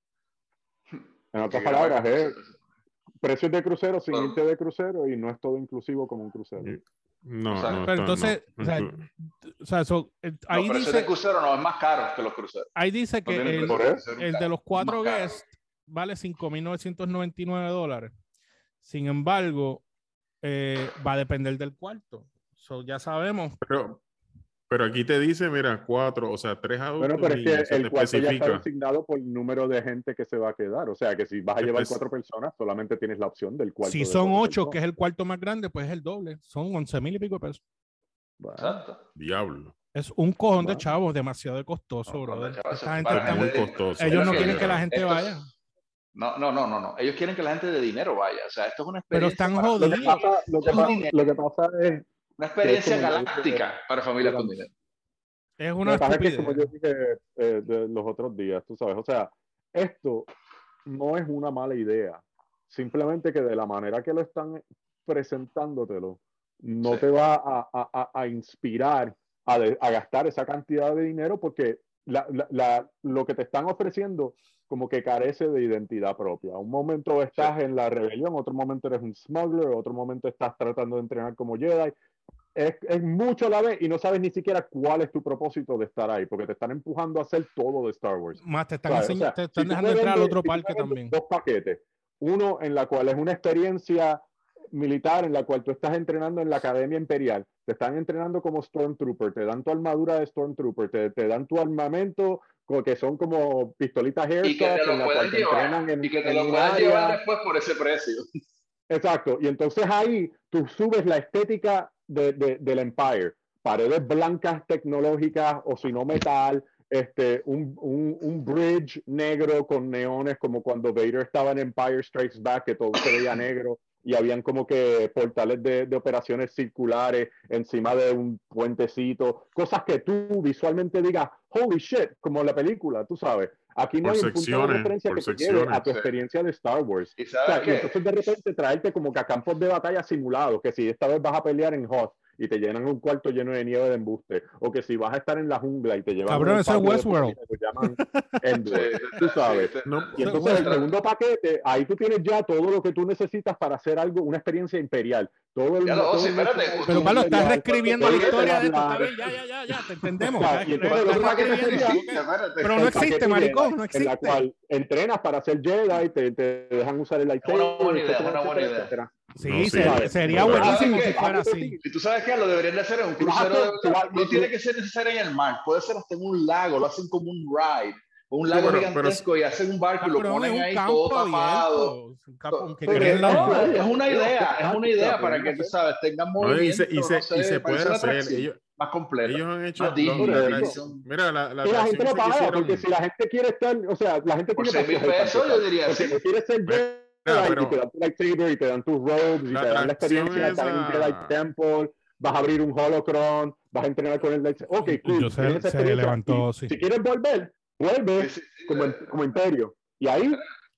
En otras Que palabras, graba es precios de crucero sin Claro. irte de crucero y no es todo inclusivo como un crucero. No, O sea, no, Pero está- entonces, no. o sea, o sea, eso, eh, ahí, Los precios de dice, crucero no es más caro que los cruceros. ahí dice No que tienen el, precio de crucero el de caro. los cuatro Más caro. guests vale cinco mil novecientos noventa y nueve dólares. Sin embargo, eh, va a depender del cuarto. So, ya sabemos. Pero, pero aquí te dice, mira, cuatro, o sea, tres adultos. Bueno, pero es niños, o que sea, el te cuarto ya está especifica. designado por el número de gente que se va a quedar. O sea, que si vas a Te llevar espec- cuatro personas, solamente tienes la opción del cuarto. Si de son cuatro ocho, que es personas. el cuarto más grande, pues es el doble. Son once mil y pico de pesos. Bueno, Exacto. Diablo. Es un cojón de Bueno. chavos, demasiado costoso, Un cojón de brother. chavos, Esta gente para está muy gente de- costoso. ellos es no lo quieren que la gente esto es- vaya. No, no, no, no, no. Ellos quieren que la gente de dinero vaya. O sea, esto es una Pero experiencia. están para- lo, que jodidos. pasa, lo, que Es pa- dinero. lo que pasa es Una experiencia como yo dije- galáctica para familias con dinero. Es Lo una que pasa es que, estupidez. como yo dije eh, de los otros días, tú sabes, o sea, esto no es una mala idea. Simplemente que de la manera que lo están presentándotelo, no Sí. te va a, a- a- a inspirar a, de- a gastar esa cantidad de dinero porque la- la- la- lo que te están ofreciendo como que carece de identidad propia. Un momento estás en la rebelión, otro momento eres un smuggler, otro momento estás tratando de entrenar como Jedi. Es, es mucho a la vez y no sabes ni siquiera cuál es tu propósito de estar ahí, porque te están empujando a hacer todo de Star Wars. Más te están, ¿Sabes? O enseñ- sea, te si están tú dejando me entrar al vendes- otro si tú me parque vendes también. Dos paquetes. Uno en la cual es una experiencia militar en la cual tú estás entrenando en la Academia Imperial, te están entrenando como Stormtrooper, te dan tu armadura de Stormtrooper, te, te dan tu armamento co- que son como pistolitas Y que Airsoft te en lo la cual puedes te entrenan llevar. en, Y que te en lo un puedes área. llevar después por ese precio. Exacto, y entonces ahí tú subes la estética de, de, del Empire, paredes blancas tecnológicas o si no metal, este, un, un, un bridge negro con neones como cuando Vader estaba en Empire Strikes Back, que todo se veía negro y habían como que portales de, de operaciones circulares encima de un puentecito, cosas que tú visualmente digas, holy shit, como la película, tú sabes. Aquí no Por hay un punto de secciones, referencia por que te lleve a secciones. tu Sí. experiencia de Star Wars. Y O sabes sea, y qué? entonces de repente traerte como que a campos de batalla simulados, que si esta vez vas a pelear en Hoth y te llenan un cuarto lleno de nieve de embuste, o que si vas a estar en la jungla y te llevan Cabrón, a un eso es patio de Westworld. policía, lo llaman Endor, Sí, tú sabes. sí, No, Y Eso entonces es el segundo paquete, ahí tú tienes ya todo lo que tú necesitas para hacer algo, una experiencia imperial. Todo el, Ya lo- todo sí, el espérate, merchandising Pero tú- Pablo, estás imperial, reescribiendo ¿cuánto la paquete historia va a de esto. Está hablar? bien, ya, ya, ya, ya, te entendemos. O sea, Estás- y entonces estás ¿Cuántos paquetes reescribiendo, existen? ok. Espérate. Pero no el existe, paquete maricón, Jedi, no en existe. la cual entrenas para ser Jedi, te, te dejan usar el lightsaber, una buena idea, etcétera, una buena etcétera, idea. etcétera. Sí, No, sí. se- ¿Sabes? sería Pero buenísimo ¿sabes si qué? fuera Algo así. Y tú sabes qué, lo deberían de hacer en un Tú vas a crucero de hacer- tú verdad. vas- No tú- tiene que ser necesario en el mar, puede ser hasta en un lago, lo hacen como un ride, un lago pero- pero- gigantesco y hacen un barco y lo Cabrón, es ponen un ahí campo todo tapado. abierto. Un campo que Pero creen la No, madre. es una idea, es una idea para Pueden que tú hacer. sabes, tengan No, y movimiento, se, y se, no sé, y se para puede hacer una hacer. atracción Ellos, más completa. ellos han hecho. Más Disney, lo- la la- atracción. mira, la, la Y la gente atracción lo esa que paga, hicieron. porque si la gente quiere estar, o sea, la gente Por tiene seis mil para escoger pesos, para yo diría, porque sí. no quieres ser Jedi Mira, y pero- te dan tu lightsaber y te dan tus robes y La te dan la atracción experiencia de estar en un esa- Jedi Temple, vas a abrir un holocron, vas a entrenar con el lightsaber. Ok, cool. Yo sé- tienes esa se experiencia. levantó, Y sí. Si quieres volver, vuelve Sí, sí, sí, como, sí. como imperio. Y ahí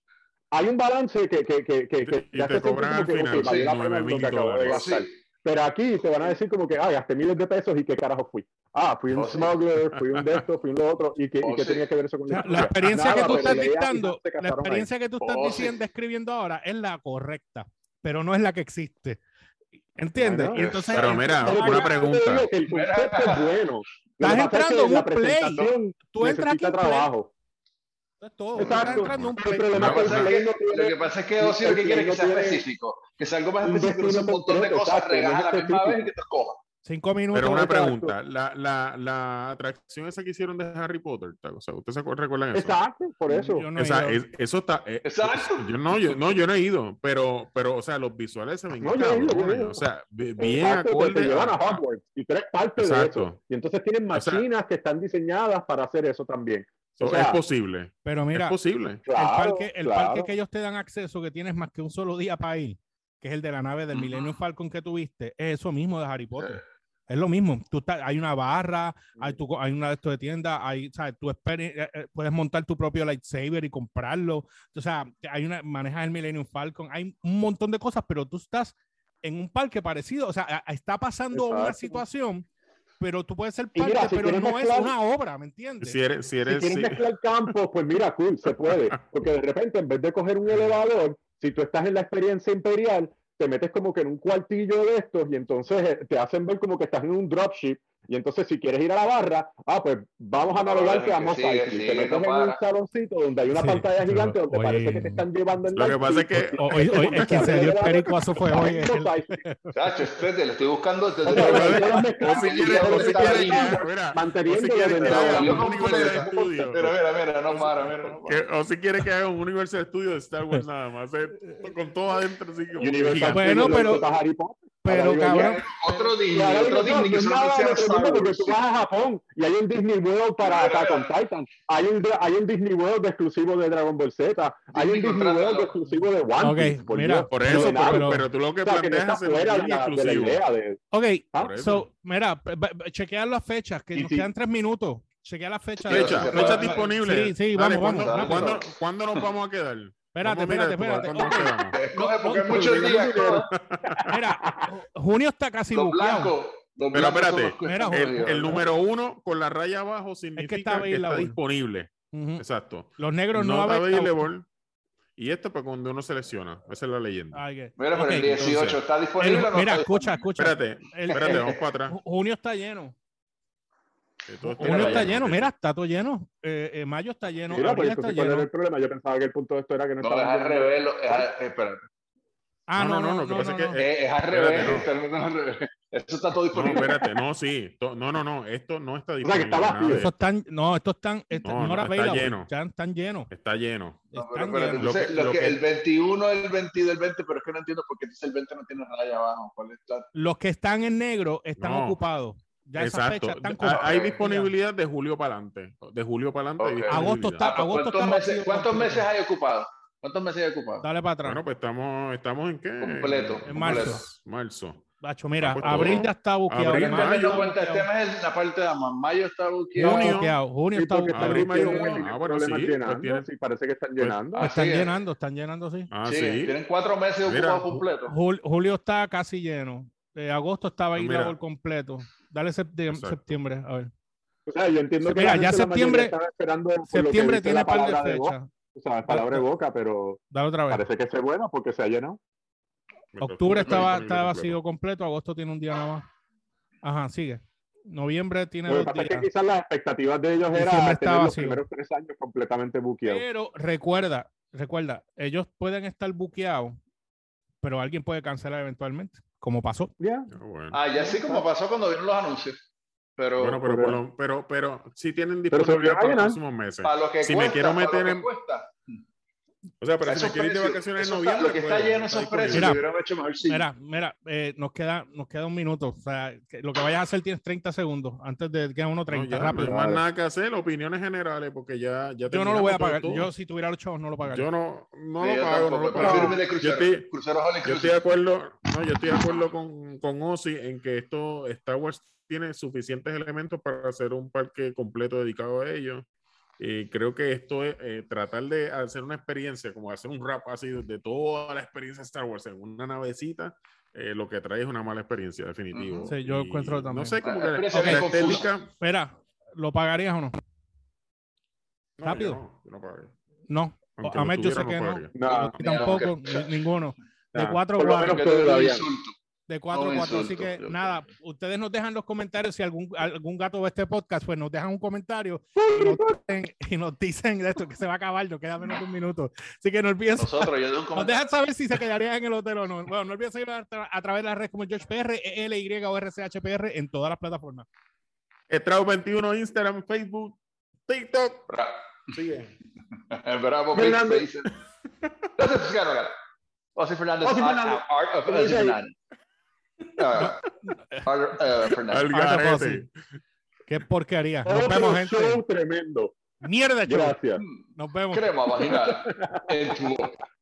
hay un balance que, que, que, que, que Y te te hace sentir cobran como al que, ok, final valió la pena nueve lo mil que acabo de dólares. gastar. Sí. Pero aquí te van a decir como que, ay, gasté miles de pesos y qué carajo fui. Ah, fui un Oh, sí. smuggler, fui un de estos, fui un de otro. ¿Y qué, Oh, y qué sí. tenía que ver eso con O sea, la la historia? experiencia Nada, que tú pero estás Leia y Han dictando, se la casaron ahí. experiencia que tú estás Oh, sí. diciendo, describiendo ahora, es la correcta, pero no es la que existe. ¿Entiendes? Bueno, Y entonces, pero mira, entonces, una acá, pregunta. Te digo que el concepto es bueno. Lo Estás que pasa es entrando que en la un play. presentación Tú entras aquí necesita en play. trabajo. eso es todo. Estás Exacto. entrando en un El play. problema Lo que es que pasa el es play no que, tiene- lo que pasa es que Ocio lo el que quiere play es que no sea tiene específico, que sea algo más un específico, que sea un destino montón de concreto, cosas exacto, no es regadas a la misma vez y específico. que te escojas. Cinco minutos. Pero una Exacto. pregunta, la, la, la atracción esa que hicieron de Harry Potter, o sea, ¿ustedes se recuerdan eso? Exacto, por eso. Yo no O sea, he ido. es- eso está. eh, Exacto. Yo no, yo no, yo no he ido, pero, pero, o sea, los visuales se ven No, yo he ido, yo he cabrones, ido. o sea, bi- bien Exacto, te, te acorde llevan a a- Hogwarts y tú eres parte de Exacto. eso. Y entonces tienen O sea, máquinas que están diseñadas para hacer eso también. O so, sea, es posible, Pero mira, es posible. el, claro, parque, el claro. parque que ellos te dan acceso, que tienes más que un solo día para ir, que es el de la nave del Ujú. Millennium Falcon que tuviste, es eso mismo de Harry Potter. Es lo mismo. Tú estás, hay una barra, hay, tu, hay una de estos de tienda, hay, ¿sabes? Tú esperi- eh, eh, puedes montar tu propio lightsaber y comprarlo. O sea, hay una, manejas el Millennium Falcon, hay un montón de cosas, pero tú estás en un parque parecido. O sea, a- a- está pasando una Exacto. situación, pero tú puedes ser Y parte, mira, si pero quieres no mezclar- es una obra, ¿me entiendes? Si eres, si Si eres, quieres si- mezclar campos, pues mira, cool, se puede. Porque de repente, en vez de coger un elevador, si tú estás en la experiencia imperial, te metes como que en un cuartillo de estos y entonces eh, te hacen ver como que estás en un dropship. Y entonces, si quieres ir a la barra, ah, pues vamos a No, navegar es que a que Mos sigue, Eisley. sigue, Te metes no en un para. saloncito donde hay una Sí, pantalla pero, gigante donde oye, parece que te están llevando en lo que pasa es que O- hoy, hoy, el que se dio el perico eso fue hoy. Mos el- Eisley. Chacho, espérate, le estoy buscando. Te, O sea, te- lo que te- quieras o mezclar, si te- quieres, te- o si te- quieres te- que, mira, o manteniendo si quieres lo que del- haga yo un como Universal puedo- Studio, Mira, mira, mira, no para, mira, no para. que, o si quieres que haga un Universal Studio de Star Wars nada más, eh, con todo adentro así como Universal gigante. Bueno, Studios pero- para Harry Potter. pero, Ahora digo yo, cabrón, Otro Y Disney, ahora digo otro yo, Disney no que es solo nada sea de otro Star mundo porque Wars. tú vas a Japón y hay un Disney World para Mira, mira. Attack on Titan, hay un, hay un Disney World de exclusivo de Dragon Ball Z, hay un Disney, Disney World contrátalo. de exclusivo de One Ok, Piece, por mira, Dios. Por Pero- eso, pero, pero- pero tú lo que O sea, que no planteas está es hacer fuera un de Disney la, de la exclusivo. idea de... ok, ¿Ah? Por eso. so, mira, b- b- chequear las fechas, que Y nos si- quedan tres minutos. Chequea las fechas. Sí, Fecha, sí, fecha sí. disponible. Sí, sí, Dale, vamos, ¿cuándo, vamos, rápido. ¿cuándo, ¿cuándo nos vamos a quedar? Espérate, Vamos, mira, espérate, espérate. ¿cuándo nos Ok. quedamos? Escoge porque hay no, muchos no, días. no, ¿no? Mira, junio está casi Los buqueado. blancos. Los Pero blancos son espérate, los que mira, están El, jodidos, el ¿verdad? número uno con la raya abajo significa está que está available. disponible. Ujú. Exacto. Los negros no, No está available. available. Y esto para cuando uno selecciona. Esa es la leyenda. Ay, que- Mira, pero ok. el dieciocho entonces, está disponible. El- o no mira, está escucha, disponible? escucha. Espérate, El- espérate, el- vamos para atrás. Ju- Junio está lleno. Que todo esté Junio Mira, está ya, lleno, ok. mira, está todo lleno. Eh, eh, mayo está lleno, Mira, abril pues está entonces, ¿cuál era lleno. el problema? Yo pensaba que el punto de esto era que no, No, es estaban al llenando- revés. lo- Es al, espérate. Ah, No, no, no, no, no, lo que no, pasa no, es que, no. eh, Es, es al Espérate, revés. no. el término es al revés. Eso está todo No, disponible. espérate, no, sí. To- No, no, no. Esto no está sea, que disponible. está nada vacío. de Eso esto. están, no, estos están, est- No, no, no, era está available, lleno. ya están llenos. Está lleno. No, pero Están espérate, llenos. entonces, Lo que- lo que, lo que- el veintiuno, el veinte y del veinte, pero es que no entiendo por qué dice el veinte no tiene raya abajo. ¿Cuál es la- Los que están en negro están No. ocupados. Ya esas Exacto. fechas están Ah, ocupadas. Hay Ok. disponibilidad de julio para adelante. De julio para adelante. hay Ok. disponibilidad. Agosto está- Ah, pues, agosto ¿cuántos, está meses, vacío ¿Cuántos completo. meses hay ocupado? ¿Cuántos meses hay ocupado? Dale para atrás. Bueno, pues estamos, estamos en qué? Completo, En marzo. completo. Marzo. Bacho, mira, Ah, pues abril todo. ya está buqueado. Abril, Pero mayo este mes no mayo. cuenta, este mes es la parte de más. Mayo está Está buqueado. Junio. buqueado. Junio Sí, está porque buqueado. Abril, mayo, tienen- junio. tienen Ah, bueno, problemas sí, llenando, pues tienen- sí, parece que están pues- llenando. Ah, Están sí, eh. llenando, están llenando, sí. Ah, Sí, sí. tienen cuatro meses Mira. ocupados completos. Jul- Julio está casi lleno. Eh, agosto estaba Ah, ahí mira. por completo. Dale septi- Exacto. septiembre, a ver. O sea, yo entiendo que Mira, la ya gente, la mayoría septiembre- estaba esperando por lo que Septiembre dice tiene la par de palabra boca, fechas. o sea, palabra de boca, pero Dale otra vez. parece que es bueno porque se ha llenado. Octubre estaba, disponible está completo. vacío completo, agosto tiene un día nada más. Ajá, sigue. Noviembre tiene Lo que dos pasa es días. que quizás las expectativas de ellos Diciembre era está tener los vacío. primeros tres años completamente buqueados. Pero recuerda, recuerda, ellos pueden estar buqueados, pero alguien puede cancelar eventualmente, como pasó. Ya. Ah, bueno. Ah, ya así como pasó cuando vieron los anuncios. Pero Bueno, pero, pero- por lo- pero, pero sí tienen Pero se disponibilidad volvieron a para los llenar. próximos meses. para lo que Si me cuesta, quiero para meter lo que en- cuesta. O sea, pero si Esos me quiero ir de precios, vacaciones en eso está- noviembre. lo que está puedo, lleno está esos precios, disponible. lo Mira, hubieran hecho mejor sí. Mira, mira, eh, nos queda, nos queda un minuto. O sea, que lo que vayas a hacer tienes treinta segundos. Antes de queda uno No, treinta, ya, no rápido. hay más nada que hacer, opiniones generales, porque ya, ya Yo no lo voy a terminamos todo- pagar. todo. Yo, si tuviera los chavos, no lo pagaría. Yo no, no Sí, lo yo pago, no tampoco, lo prefiero pago. irme de Yo crucero, estoy, crucero all yo estoy inclusive. de acuerdo, no, yo estoy de acuerdo con, con Ozzy en que esto, Star Wars tiene suficientes elementos para hacer un parque completo dedicado a ellos. Y creo que esto es eh, tratar de hacer una experiencia, como hacer un rap así de, de toda la experiencia de Star Wars en una navecita, eh, lo que trae es una mala experiencia, definitivo. Ujú. Sí, yo Y encuentro también. No sé, como La que la, experiencia la bien confusa. estética... Espera, ¿lo pagarías o no? No, Rápido. yo no, yo no pagaría. No. Aunque A lo mí yo sé tuviera, que no no. pagaría. No, Yo tampoco, ni- ninguno. De no. cuatro Por lo cuatro. menos Que te dé un todavía. insulto. De cuatro a cuatro. Así que nada, ustedes nos dejan los comentarios. Si algún, algún gato ve este podcast, pues nos dejan un comentario y nos dicen, y nos dicen de esto que se va a acabar, nos queda menos de un minuto. Así que no olviden. Nosotros, yo un nos dejan saber si se quedarían en el hotel o no. Bueno, no olviden seguir a, a través de las redes como George P R, E L Y o R C H P R en todas las plataformas. Estrado veintiuno, Instagram, Facebook, TikTok. Bra Sigue. Bravo, Fernández. José Fernández, José Fernández. Art of José Fernández. Uh, Art, uh, Fernández. Qué porquería. Nos vemos, gente. Show tremendo. Mierda, show. Gracias. Nos vemos. Crema vaginal en tu boca.